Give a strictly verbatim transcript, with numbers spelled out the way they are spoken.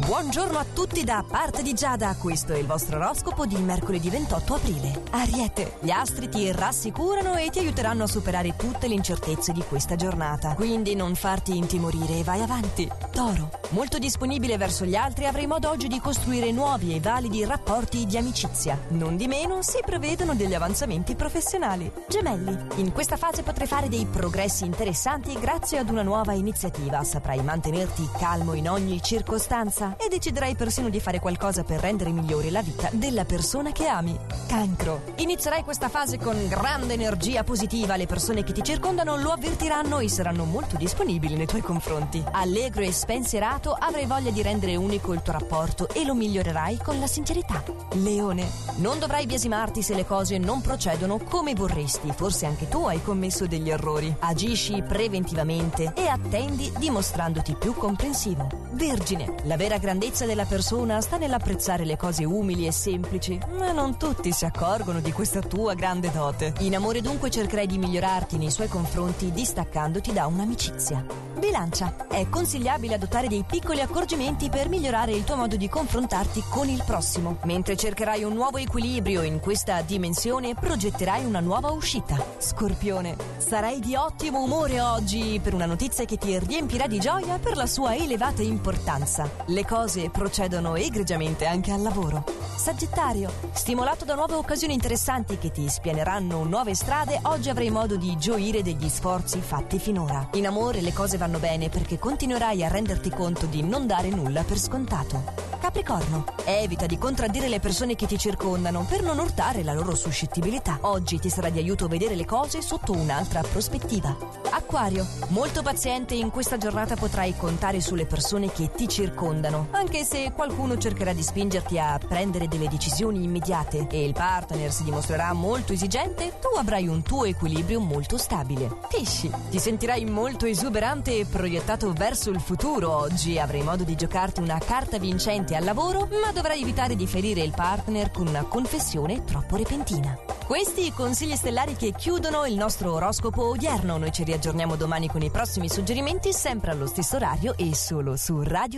Buongiorno a tutti da parte di Giada, questo è il vostro oroscopo di mercoledì ventotto aprile. Ariete, gli astri ti rassicurano e ti aiuteranno a superare tutte le incertezze di questa giornata, quindi non farti intimorire e vai avanti. Toro, molto disponibile verso gli altri, avrai modo oggi di costruire nuovi e validi rapporti di amicizia. Non di meno si prevedono degli avanzamenti professionali. Gemelli, in questa fase potrai fare dei progressi interessanti grazie ad una nuova iniziativa, saprai mantenerti calmo in ogni circostanza e deciderai persino di fare qualcosa per rendere migliore la vita della persona che ami. Cancro, inizierai questa fase con grande energia positiva, le persone che ti circondano lo avvertiranno e saranno molto disponibili nei tuoi confronti. Allegro e spensierato, avrai voglia di rendere unico il tuo rapporto e lo migliorerai con la sincerità. Leone, non dovrai biasimarti se le cose non procedono come vorresti, forse anche tu hai commesso degli errori. Agisci preventivamente e attendi dimostrandoti più comprensivo. Vergine, la vera grandezza della persona sta nell'apprezzare le cose umili e semplici, ma non tutti si accorgono di questa tua grande dote. In amore dunque cercherai di migliorarti nei suoi confronti distaccandoti da un'amicizia. Bilancia, è consigliabile adottare dei piccoli accorgimenti per migliorare il tuo modo di confrontarti con il prossimo. Mentre cercherai un nuovo equilibrio in questa dimensione, progetterai una nuova uscita. Scorpione, sarai di ottimo umore oggi per una notizia che ti riempirà di gioia per la sua elevata importanza. Le cose procedono egregiamente anche al lavoro. Sagittario, stimolato da nuove occasioni interessanti che ti spianeranno nuove strade, oggi avrai modo di gioire degli sforzi fatti finora. In amore le cose vanno bene perché continuerai a renderti conto di non dare nulla per scontato. Capricorno, evita di contraddire le persone che ti circondano per non urtare la loro suscettibilità. Oggi ti sarà di aiuto vedere le cose sotto un'altra prospettiva. Acquario, molto paziente in questa giornata potrai contare sulle persone che ti circondano, anche se qualcuno cercherà di spingerti a prendere delle decisioni immediate e il partner si dimostrerà molto esigente, tu avrai un tuo equilibrio molto stabile. Pesci, ti sentirai molto esuberante e proiettato verso il futuro oggi, avrai modo di giocarti una carta vincente al lavoro, ma dovrai evitare di ferire il partner con una confessione troppo repentina. Questi i consigli stellari che chiudono il nostro oroscopo odierno. Noi ci riaggiorniamo domani con i prossimi suggerimenti, sempre allo stesso orario e solo su Radio